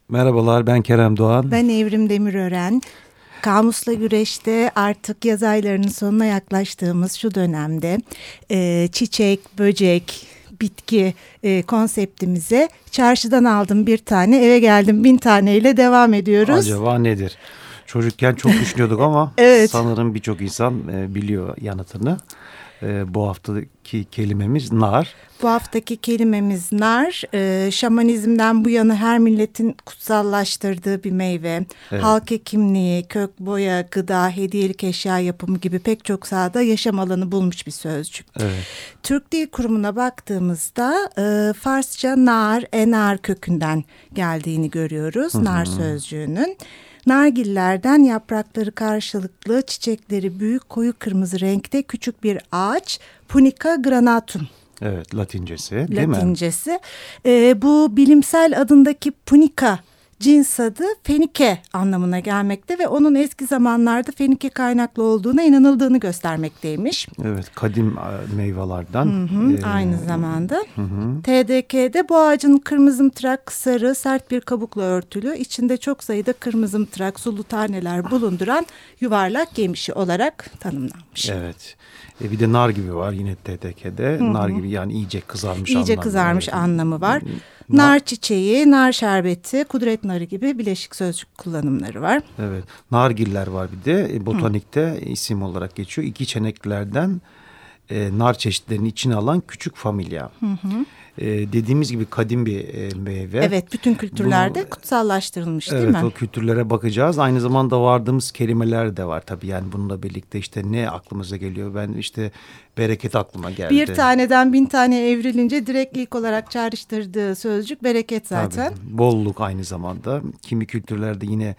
Merhabalar, ben Kerem Doğan. Ben Evrim Demirören. Kamusla Güreş'te artık yaz aylarının sonuna yaklaştığımız şu dönemde çiçek, böcek, bitki konseptimize çarşıdan aldım bir tane, eve geldim 1000 taneyle devam ediyoruz. Acaba nedir? Çocukken çok düşünüyorduk ama evet. Sanırım birçok insan biliyor yanıtını. Bu haftaki kelimemiz nar. Bu haftaki kelimemiz nar. Şamanizmden bu yana her milletin kutsallaştırdığı bir meyve. Evet. Halk hekimliği, kök boya, gıda, hediyelik eşya yapımı gibi pek çok sahada yaşam alanı bulmuş bir sözcük. Evet. Türk Dil Kurumu'na baktığımızda Farsça nar, enar kökünden geldiğini görüyoruz. Hı-hı. Nar sözcüğünün. Nargillerden yaprakları karşılıklı, çiçekleri büyük koyu kırmızı renkte küçük bir ağaç, Punica granatum. Evet, Latincesi değil mi? Latincesi. Bu bilimsel adındaki Punica cins adı Fenike anlamına gelmekte ve onun eski zamanlarda Fenike kaynaklı olduğuna inanıldığını göstermekteymiş. Evet, kadim meyvelerden. Aynı zamanda. Hı-hı. TDK'de bu ağacın kırmızımtırak, sarı, sert bir kabukla örtülü, içinde çok sayıda kırmızımtırak, sulu taneler bulunduran yuvarlak yemişi olarak tanımlanmış. Evet. Bir de nar gibi var yine TDK'de. Hı-hı. Nar gibi yani iyice kızarmış anlamı. İyice kızarmış anlamı var. Nar çiçeği, nar şerbeti, kudret narı gibi bileşik sözcük kullanımları var. Evet. Nargiller var bir de botanikte isim olarak geçiyor. İki çeneklerden nar çeşitlerini içine alan küçük familya. Dediğimiz gibi kadim bir meyve. Evet, bütün kültürlerde kutsallaştırılmış değil mi? Evet, o kültürlere bakacağız. Aynı zamanda vardığımız kelimeler de var tabii. Yani bununla birlikte işte ne aklımıza geliyor? Ben işte bereket aklıma geldi. Bir taneden 1000 tane evrilince direkt ilk olarak çağrıştırdığı sözcük bereket zaten. Tabii, bolluk aynı zamanda. Kimi kültürlerde yine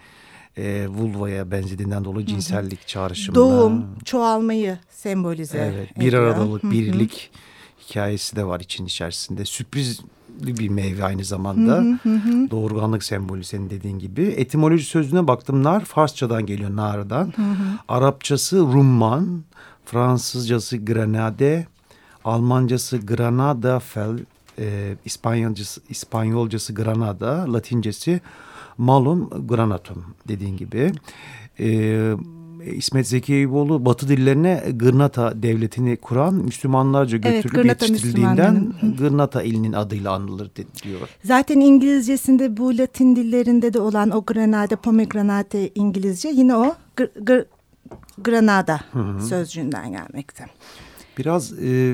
vulvaya benzediğinden dolayı cinsellik çağrışımında. Doğum, çoğalmayı sembolize evet, ediyor. Bir aradalık, birlik hikayesi de var için içerisinde. Sürprizli bir meyve aynı zamanda. Doğurganlık sembolü senin dediğin gibi. Etimoloji sözlüğüne baktım. Nar Farsçadan geliyor, nardan. Arapçası rumman, Fransızcası grenade, Almancası granada fel, İspanyolcası granada, Latincesi malum granatum dediğin gibi. İsmet Zeki Eyüboğlu Batı dillerine Gırnata devletini kuran Müslümanlarca götürülüp yetiştirildiğinden Gırnata ilinin adıyla anılır diyor. Zaten İngilizcesinde bu Latin dillerinde de olan o granada, pomegranate İngilizce yine o granada sözcüğünden gelmekte. Biraz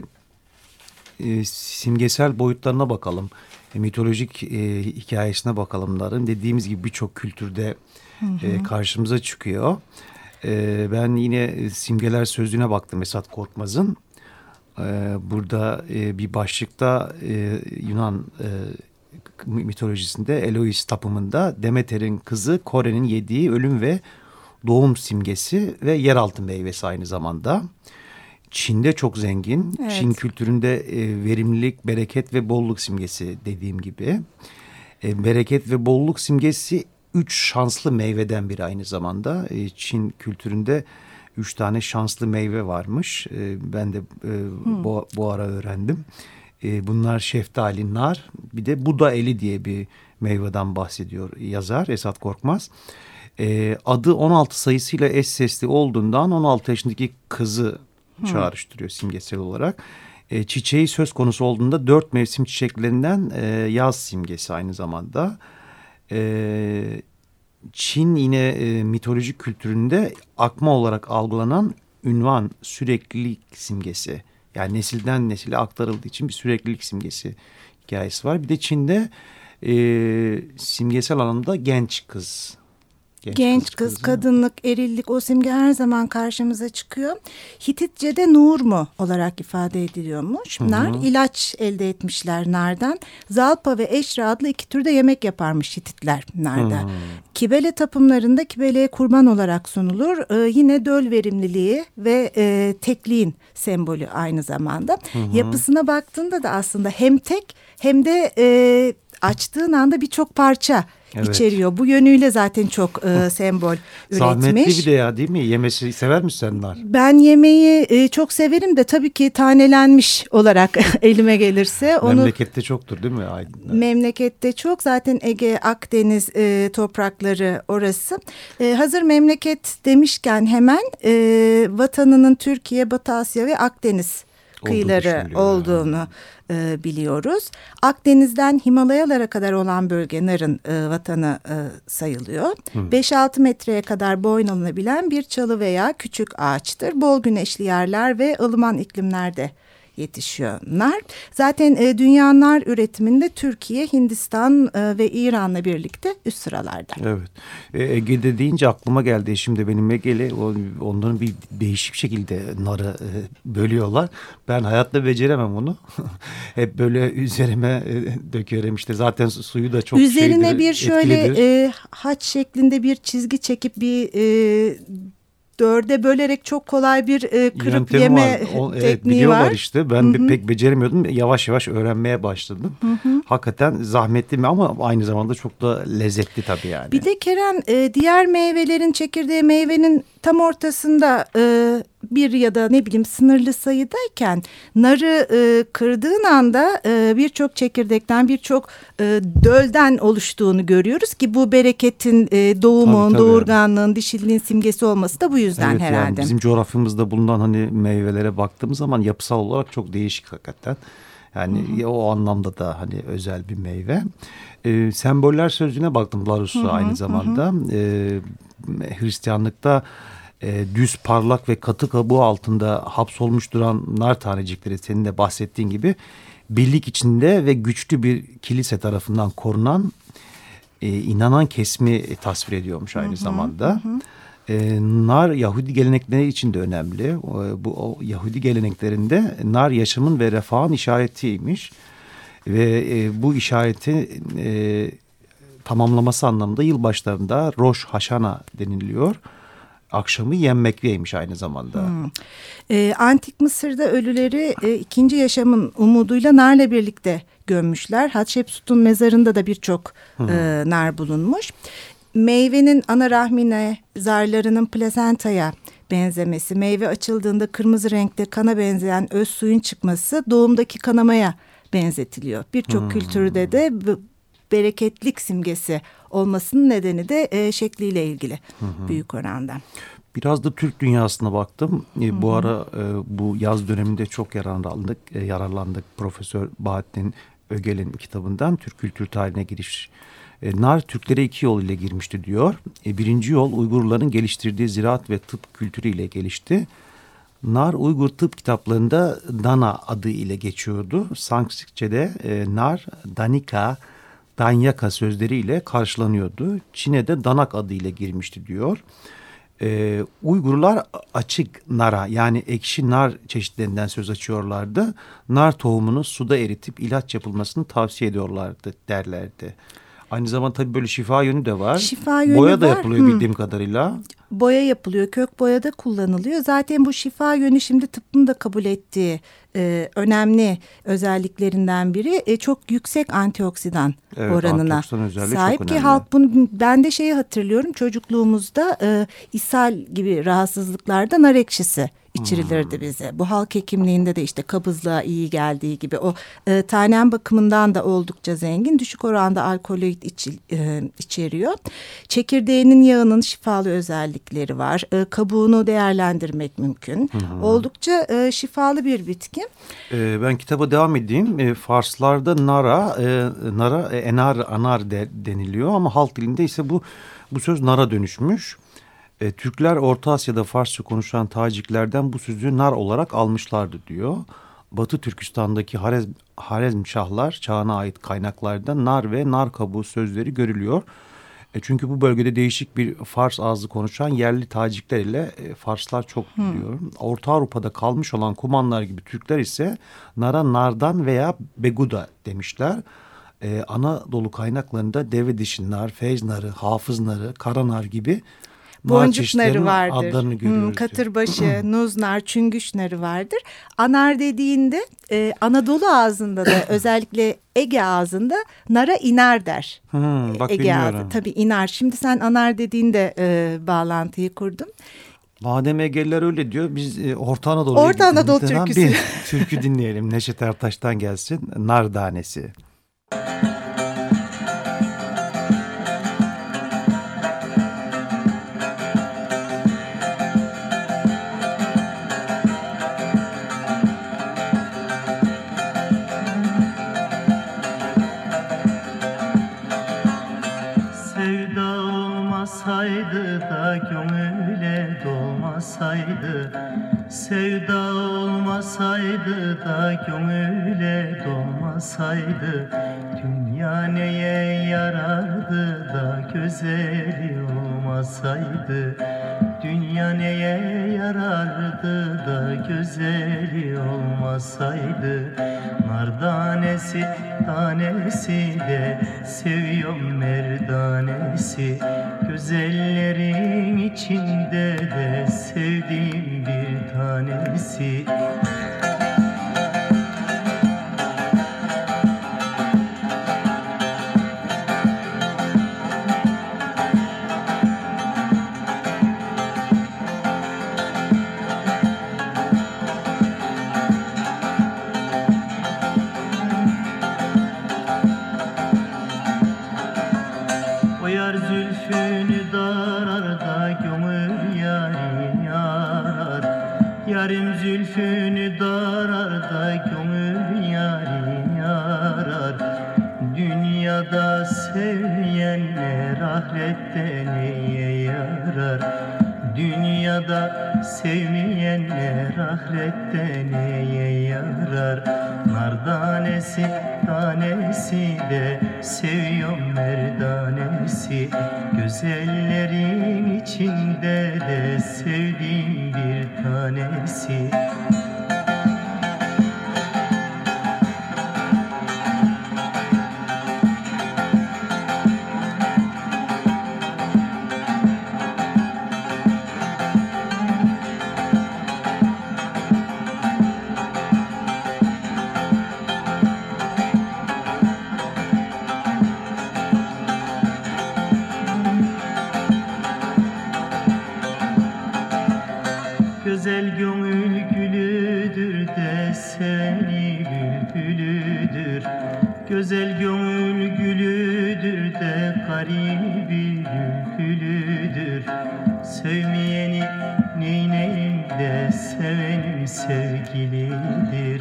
simgesel boyutlarına bakalım. Mitolojik hikayesine bakalım. Dediğimiz gibi birçok kültürde karşımıza çıkıyor. Ben yine simgeler sözlüğüne baktım Esat Korkmaz'ın. Burada bir başlıkta Yunan mitolojisinde Elois tapımında Demeter'in kızı Kore'nin yediği ölüm ve doğum simgesi ve yeraltı meyvesi aynı zamanda. Çin'de çok zengin. Evet. Çin kültüründe verimlilik, bereket ve bolluk simgesi dediğim gibi. Bereket ve bolluk simgesi 3 şanslı meyveden biri aynı zamanda. Çin kültüründe 3 tane şanslı meyve varmış. Ben de bu ara öğrendim. Bunlar şeftali, nar, bir de Buda eli diye bir meyveden bahsediyor yazar Esat Korkmaz. Adı 16 sayısıyla eş sesli olduğundan 16 yaşındaki kızı çağrıştırıyor simgesel olarak. Çiçeği söz konusu olduğunda 4 mevsim çiçeklerinden yaz simgesi aynı zamanda. Çin yine mitolojik kültüründe akma olarak algılanan ünvan, süreklilik simgesi. Yani nesilden nesile aktarıldığı için bir süreklilik simgesi hikayesi var. Bir de Çin'de simgesel anlamda genç kız. Genç kız, kadınlık, erillik o simge her zaman karşımıza çıkıyor. Hititçe'de nur mu olarak ifade ediliyormuş. Nar, ilaç elde etmişler nardan. Zalpa ve eşra adlı 2 türde yemek yaparmış Hititler narda. Kibele tapımlarında kibeleye kurban olarak sunulur. Yine döl verimliliği ve tekliğin sembolü aynı zamanda. Yapısına baktığında da aslında hem tek hem de açtığın anda birçok parça içeriyor. Bu yönüyle zaten çok sembol üretmiş. Zahmetli bir de ya, değil mi? Yemesi sever misin sen nar? Ben yemeği çok severim de tabii ki tanelenmiş olarak elime gelirse. Memlekette çoktur değil mi Aydın'da? Memlekette çok. Zaten Ege, Akdeniz toprakları orası. Hazır memleket demişken hemen vatanının Türkiye, Batı Asya ve Akdeniz kıyıları olduğunu biliyoruz. Akdeniz'den Himalayalara kadar olan bölge narın vatanı sayılıyor. 5-6 metreye kadar boylanılabilen bir çalı veya küçük ağaçtır. Bol güneşli yerler ve ılıman iklimlerde yetişiyor nar. Zaten dünya nar üretiminde Türkiye, Hindistan ve İran'la birlikte üst sıralarda. Evet. Ege'de deyince aklıma geldi. Eşim de benim Ege'li. Onların bir değişik şekilde narı bölüyorlar. Ben hayatta beceremem onu. Hep böyle üzerime döküyorum işte. Zaten suyu da çok üzerine şeydir, bir şöyle etkilidir. haç şeklinde bir çizgi çekip bir dörde bölerek çok kolay bir kırıp yöntemi yeme var. tekniği biliyorlar var. işte. Ben de pek beceremiyordum. Yavaş yavaş öğrenmeye başladım. Hakikaten zahmetli mi ama aynı zamanda çok da lezzetli tabii yani. Bir de Kerem, diğer meyvelerin çekirdeği meyvenin tam ortasında bir ya da ne bileyim sınırlı sayıdayken narı kırdığın anda birçok çekirdekten, birçok dölden oluştuğunu görüyoruz ki bu bereketin, doğumun, Tabii. doğurganlığın, dişilliğin simgesi olması da bu yüzden Evet, herhalde. yani bizim coğrafyamızda bulunan hani meyvelere baktığımız zaman yapısal olarak çok değişik hakikaten. Yani o anlamda da hani özel bir meyve. Semboller sözcüğüne baktım, Larousse aynı zamanda. Hristiyanlıkta düz, parlak ve katı kabuğu altında hapsolmuş duran nar tanecikleri, senin de bahsettiğin gibi birlik içinde ve güçlü bir kilise tarafından korunan inanan kesimi tasvir ediyormuş aynı zamanda. Nar Yahudi gelenekleri için de önemli. Bu Yahudi geleneklerinde nar yaşamın ve refahın işaretiymiş. Ve bu işareti tamamlaması anlamında yılbaşlarında Rosh Hashanah deniliyor. Akşamı yenmekteymiş aynı zamanda. Antik Mısır'da ölüleri ikinci yaşamın umuduyla narla birlikte gömmüşler. Hatshepsut'un mezarında da birçok nar bulunmuş. Meyvenin ana rahmine, zarlarının plasentaya benzemesi, meyve açıldığında kırmızı renkte kana benzeyen öz suyun çıkması doğumdaki kanamaya benzetiliyor. Birçok kültürde de bereketlik simgesi olmasının nedeni de şekliyle ilgili büyük oranda. Biraz da Türk dünyasına baktım. Bu ara bu yaz döneminde çok yararlandık. Profesör Bahattin Ögel'in kitabından Türk kültür tarihine giriş. Nar Türklere 2 yol ile girmişti diyor. Birinci yol Uygurların geliştirdiği ziraat ve tıp kültürü ile gelişti. Nar Uygur tıp kitaplarında Dana adı ile geçiyordu. Sanskritçe'de nar Danika, Danyaka sözleriyle karşılanıyordu. Çin'e de Danak adı ile girmişti diyor. Uygurlar açık nara, yani ekşi nar çeşitlerinden söz açıyorlardı. Nar tohumunu suda eritip ilaç yapılmasını tavsiye ediyorlardı derlerdi. Aynı zamanda tabii böyle şifa yönü de var. Şifa yönü boya da var. yapılıyor bildiğim kadarıyla. Boya yapılıyor, kök boya da kullanılıyor. Zaten bu şifa yönü şimdi tıbbın da kabul ettiği önemli özelliklerinden biri. Çok yüksek antioksidan oranına sahip çok ki önemli. halk bunu, ben de şeyi hatırlıyorum, çocukluğumuzda ishal gibi rahatsızlıklarda nar ekşisi içirilirdi bize. Bu halk hekimliğinde de işte kabızlığa iyi geldiği gibi o tanem bakımından da oldukça zengin, düşük oranda alkaloid içeriyor. Çekirdeğinin yağının şifalı özellikleri var. Kabuğunu değerlendirmek mümkün. Oldukça şifalı bir bitki. Ben kitaba devam edeyim. Farslarda nara anar deniliyor ama halk dilinde ise bu söz nara dönüşmüş. Türkler Orta Asya'da Farsça konuşan Taciklerden bu sözü nar olarak almışlardı diyor. Batı Türkistan'daki Harezmşahlar çağına ait kaynaklarda nar ve nar kabuğu sözleri görülüyor. Çünkü bu bölgede değişik bir Fars ağzı konuşan yerli Tacikler ile Farslar çok biliyor. Orta Avrupa'da kalmış olan Kumanlar gibi Türkler ise nara nardan veya beguda demişler. Anadolu kaynaklarında deve dişi nar, feyz narı, hafız narı, kara nar gibi boncuk narı vardır. Adlarını görüyoruz. Katırbaşı, nuz nar, çüngüş narı vardır. Anar dediğinde Anadolu ağzında da özellikle Ege ağzında nara iner der. Bak Ege bilmiyorum. ağzı tabii iner. Şimdi sen anar dediğinde bağlantıyı kurdum. Madem Egeliler öyle diyor, biz Orta Anadolu türküsü. Bir türkü dinleyelim. Neşet Ertaş'tan gelsin. Nar Tanesi. Sevda olmasaydı da gönüle dolmasaydı, sevda olmasaydı da gönüle dolmasaydı, dünya neye yarardı da güzeli olmasaydı, dünya neye yarardı da güzeli olmasaydı. Nar tanesi tanesi de seviyorum merdanesi, güzellerin içinde de sevdiğim bir tanesi. O yar zülfünü darar da gömür yarim yarar, yarim zülfünü darar da gömür yarim yarar. Dünyada sevmeyenler ahirette neye yarar, dünyada sevmeyenler ahirette neye yarar. Nar tanesi tanesi de seviyorum merdanesi, güzellerin içinde de sevdiğim bir tanesi. Güzel gönül gülüdür de seni bülbülüdür, güzel gönül gülüdür de garibi bülbülüdür. Sevmeyeni neyneyim de sevenim sevgilidir,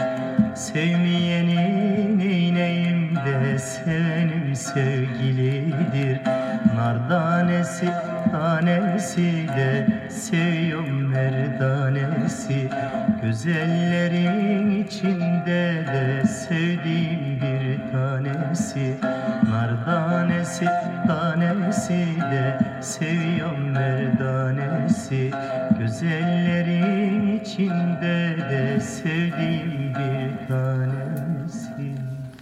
sevmeyeni neyneyim de sevenim sevgilidir. Nar tanesi tanesi de seviyorum merdanesi, güzellerin içinde de sevdiğim bir tanesi. Nar tanesi tanesi de seviyorum merdanesi, güzellerin içinde de sevdiğim bir tanesi.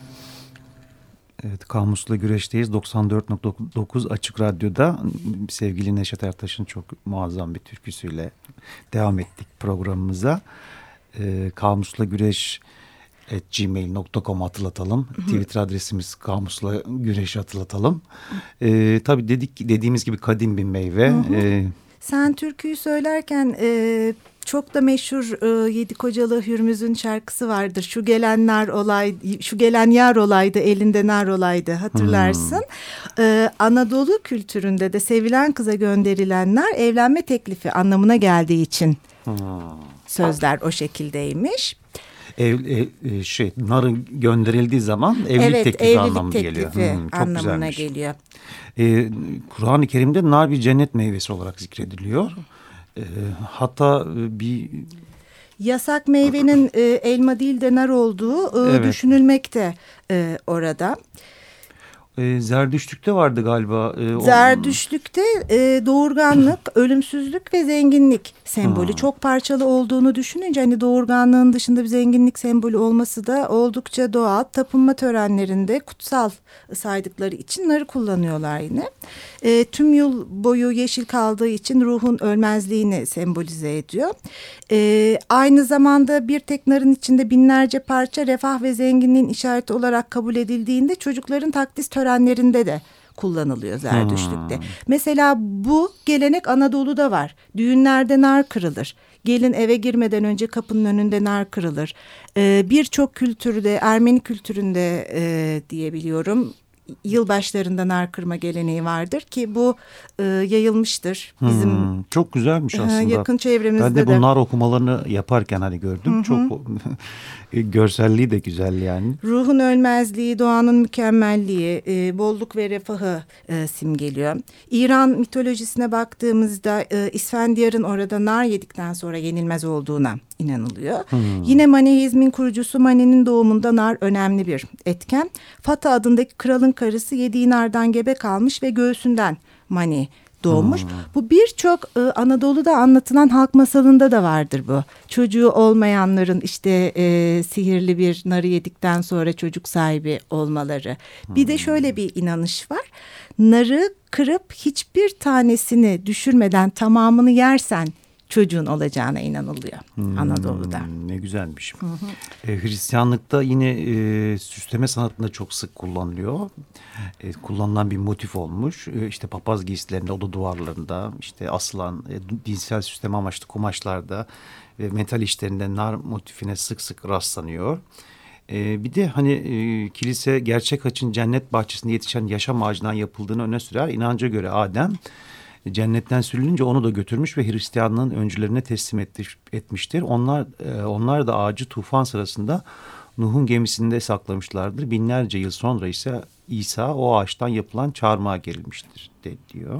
Evet, Kamus'la Güreş'teyiz. 94.9 Açık Radyo'da sevgili Neşet Ertaş'ın çok muazzam bir türküsüyle devam ettik programımıza. Kamus'la Güreş @gmail.com hatırlatalım. Twitter adresimiz Kamus'la Güreş'i hatırlatalım. Tabii dediğimiz gibi kadim bir meyve. Sen türküyü söylerken çok da meşhur Yedikocalı Hürmüz'ün şarkısı vardır. Şu gelen nar olaydı, şu gelen yar olaydı, elinde nar olaydı, hatırlarsın. Anadolu kültüründe de sevilen kıza gönderilenler evlenme teklifi anlamına geldiği için sözler o şekildeymiş. Narın gönderildiği zaman evlilik teklifi anlamına geliyor. Çok anlamına geliyor. Kur'an-ı Kerim'de nar bir cennet meyvesi olarak zikrediliyor. Hatta bir yasak meyvenin elma değil de nar olduğu düşünülmekte orada. Zerdüştlük'te vardı galiba. Zerdüştlük'te doğurganlık, ölümsüzlük ve zenginlik sembolü çok parçalı olduğunu düşününce hani doğurganlığın dışında bir zenginlik sembolü olması da oldukça doğal. Tapınma törenlerinde kutsal saydıkları için narı kullanıyorlar yine. Tüm yıl boyu yeşil kaldığı için ruhun ölmezliğini sembolize ediyor. Aynı zamanda bir tek narın içinde binlerce parça refah ve zenginliğin işareti olarak kabul edildiğinde çocukların takdis törenlerinde de kullanılıyor Zerdüştlük'te. Mesela bu gelenek Anadolu'da var. Düğünlerde nar kırılır. Gelin eve girmeden önce kapının önünde nar kırılır. Birçok kültürde, Ermeni kültüründe diyebiliyorum, yılbaşlarında nar kırma geleneği vardır ki bu yayılmıştır bizim çok güzelmiş aslında. Yakın çevremizde ben de bu nar okumalarını yaparken hani gördüm. Çok görselliği de güzel yani. Ruhun ölmezliği, doğanın mükemmelliği, bolluk ve refahı simgeliyor. İran mitolojisine baktığımızda İsfendiyar'ın orada nar yedikten sonra yenilmez olduğuna inanılıyor. Yine Manihizmin kurucusu Mani'nin doğumunda nar önemli bir etken. Fata adındaki kralın karısı yediği nardan gebe kalmış ve göğsünden Mani doğmuş. Bu birçok Anadolu'da anlatılan halk masalında da vardır bu. Çocuğu olmayanların işte sihirli bir narı yedikten sonra çocuk sahibi olmaları. Bir de şöyle bir inanış var. Narı kırıp hiçbir tanesini düşürmeden tamamını yersen çocuğun olacağına inanılıyor Anadolu'da. Ne güzelmiş. Hristiyanlıkta yine süsleme sanatında çok sık kullanılıyor. Kullanılan bir motif olmuş. İşte papaz giysilerinde, oda duvarlarında, işte asılan dinsel süsleme amaçlı kumaşlarda ve metal işlerinde nar motifine sık sık rastlanıyor. Bir de hani kilise gerçek haçın cennet bahçesinde yetişen yaşam ağacından yapıldığını öne sürer. İnanca göre Adem cennetten sürülünce onu da götürmüş ve Hristiyanlığın öncülerine teslim etmiştir. Onlar da ağacı tufan sırasında Nuh'un gemisinde saklamışlardır. Binlerce yıl sonra ise İsa o ağaçtan yapılan çarmıha gerilmiştir diyor.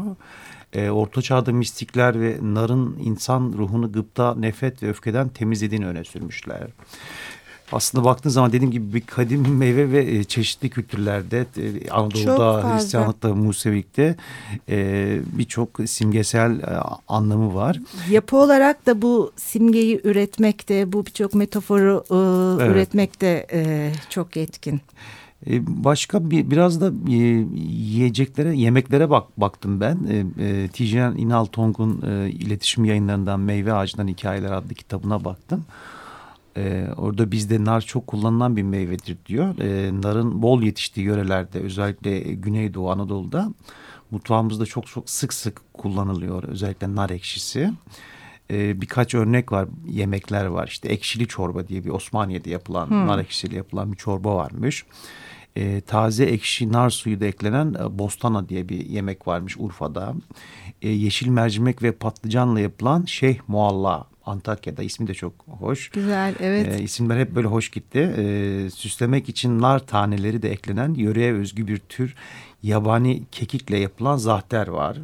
Orta Çağ'da mistikler ve narın insan ruhunu gıpta, nefret ve öfkeden temizlediğini öne sürmüşler. Aslında baktığın zaman dediğim gibi bir kadim meyve ve çeşitli kültürlerde Anadolu'da, Hristiyanlıkta, Musevilikte birçok simgesel anlamı var. Yapı olarak da bu simgeyi üretmekte, bu birçok metaforu üretmekte çok yetkin. Başka biraz da yiyeceklere, yemeklere baktım ben. Tijen İnal Tong'un iletişim yayınlarından Meyve Ağacından Hikayeler adlı kitabına baktım. Orada bizde nar çok kullanılan bir meyvedir diyor. Narın bol yetiştiği yörelerde, özellikle Güneydoğu Anadolu'da mutfağımızda çok sık sık kullanılıyor. Özellikle nar ekşisi. Birkaç örnek var, yemekler var. İşte ekşili çorba diye bir Osmaniye'de yapılan, nar ekşisiyle yapılan bir çorba varmış. Taze ekşi nar suyu da eklenen bostana diye bir yemek varmış Urfa'da. Yeşil mercimek ve patlıcanla yapılan Şeyh Mualla Antakya'da, ismi de çok hoş. Güzel, evet. İsimler hep böyle hoş gitti. Süslemek için nar taneleri de eklenen yöreye özgü bir tür yabani kekikle yapılan zahter var.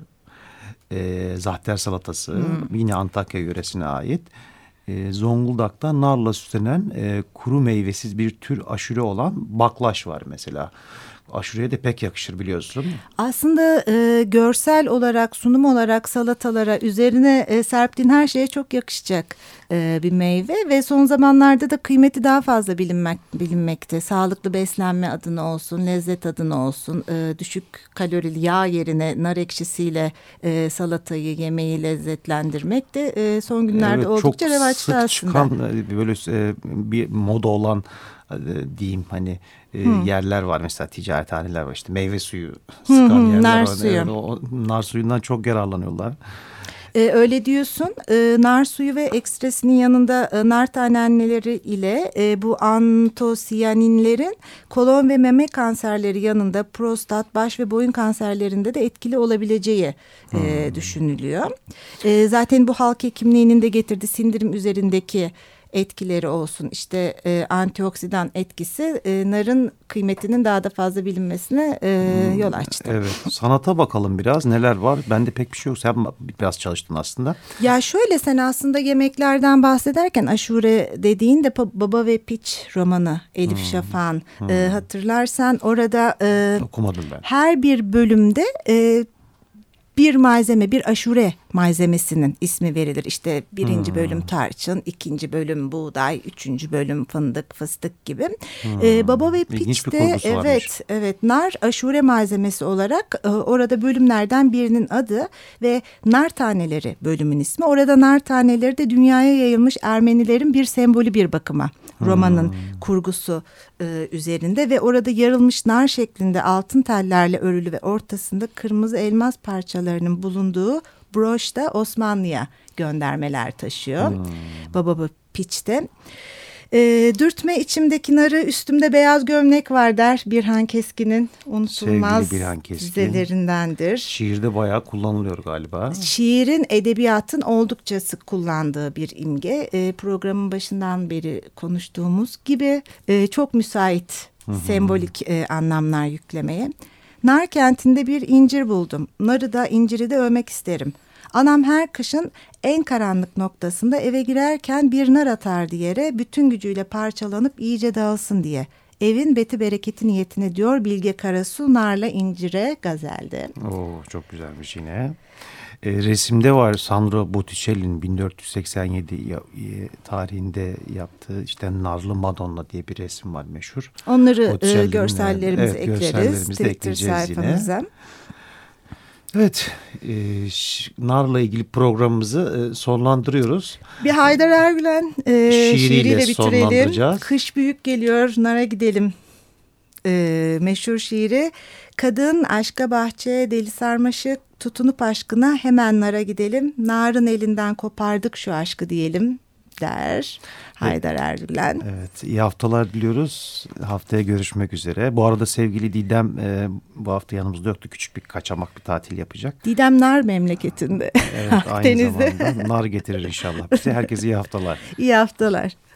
Zahter salatası yine Antakya yöresine ait. Zonguldak'ta narla süslenen kuru meyvesiz bir tür aşure olan baklaş var mesela. Aşureye de pek yakışır biliyorsun. Aslında görsel olarak, sunum olarak salatalara, üzerine serptiğin her şeye çok yakışacak bir meyve ve son zamanlarda da kıymeti daha fazla bilinmekte. Sağlıklı beslenme adına olsun, lezzet adına olsun, düşük kalorili yağ yerine nar ekşisiyle salatayı, yemeği lezzetlendirmek de son günlerde oldukça revaçta aslında. Çok sık çıkan böyle bir moda olan diyeyim hani yerler var, mesela ticarethaneler var, işte meyve suyu sıkan yerler nar var. Suyu. Evet, o nar suyundan çok yararlanıyorlar. Öyle diyorsun. Nar suyu ve ekstresinin yanında nar taneleri ile bu antosiyaninlerin kolon ve meme kanserleri yanında prostat, baş ve boyun kanserlerinde de etkili olabileceği düşünülüyor. Zaten bu halk hekimliğinin de getirdiği sindirim üzerindeki etkileri olsun, işte antioksidan etkisi narın kıymetinin daha da fazla bilinmesine yol açtı. Evet, sanata bakalım biraz, neler var? Bende pek bir şey yok, sen biraz çalıştın aslında. Ya şöyle, sen aslında yemeklerden bahsederken aşure dediğinde Baba ve Piç romanı Elif Şafak'ın hatırlarsan orada okumadım ben. Her bir bölümde bir malzeme, bir aşure malzemesinin ismi verilir. İşte 1. bölüm tarçın, 2. bölüm buğday, 3. bölüm fındık, fıstık gibi. Baba ve Piç de evet nar aşure malzemesi olarak orada bölümlerden birinin adı ve nar taneleri bölümün ismi. Orada nar taneleri de dünyaya yayılmış Ermenilerin bir sembolü bir bakıma. Romanın kurgusu üzerinde ve orada yarılmış nar şeklinde altın tellerle örülü ve ortasında kırmızı elmas parçalarının bulunduğu broş da Osmanlı'ya göndermeler taşıyor. Baba Piç'te. Dürtme içimdeki narı, üstümde beyaz gömlek var der Birhan Keskin'in unutulmaz dizelerindendir. Şiirde bayağı kullanılıyor galiba. Şiirin, edebiyatın oldukça sık kullandığı bir imge. Programın başından beri konuştuğumuz gibi çok müsait sembolik anlamlar yüklemeye. Nar kentinde bir incir buldum. Narı da inciri de övmek isterim. Anam her kışın en karanlık noktasında eve girerken bir nar atardı yere, bütün gücüyle parçalanıp iyice dağılsın diye. Evin beti bereketi niyetine diyor Bilge Karasu narla incire gazelde. Çok güzelmiş yine. Resimde var Sandro Botticelli'nin 1487 tarihinde yaptığı işte Narlı Madonna diye bir resim var meşhur. Onları görsellerimize ekleriz Twitter sayfamıza. Yine. Evet, narla ilgili programımızı sonlandırıyoruz. Bir Haydar Ergülen şiiriyle bitirelim. Kış büyük geliyor, nara gidelim. Meşhur şiiri. Kadın aşka bahçe, deli sarmaşık, tutunup aşkına hemen nara gidelim. Narın elinden kopardık şu aşkı diyelim der Haydar Ergülen. Evet, iyi haftalar diliyoruz. Haftaya görüşmek üzere. Bu arada sevgili Didem bu hafta yanımızda yoktu. Küçük bir kaçamak bir tatil yapacak. Didem nar memleketinde. Evet, aynı zamanda nar getirir inşallah bize. Herkese iyi haftalar. İyi haftalar.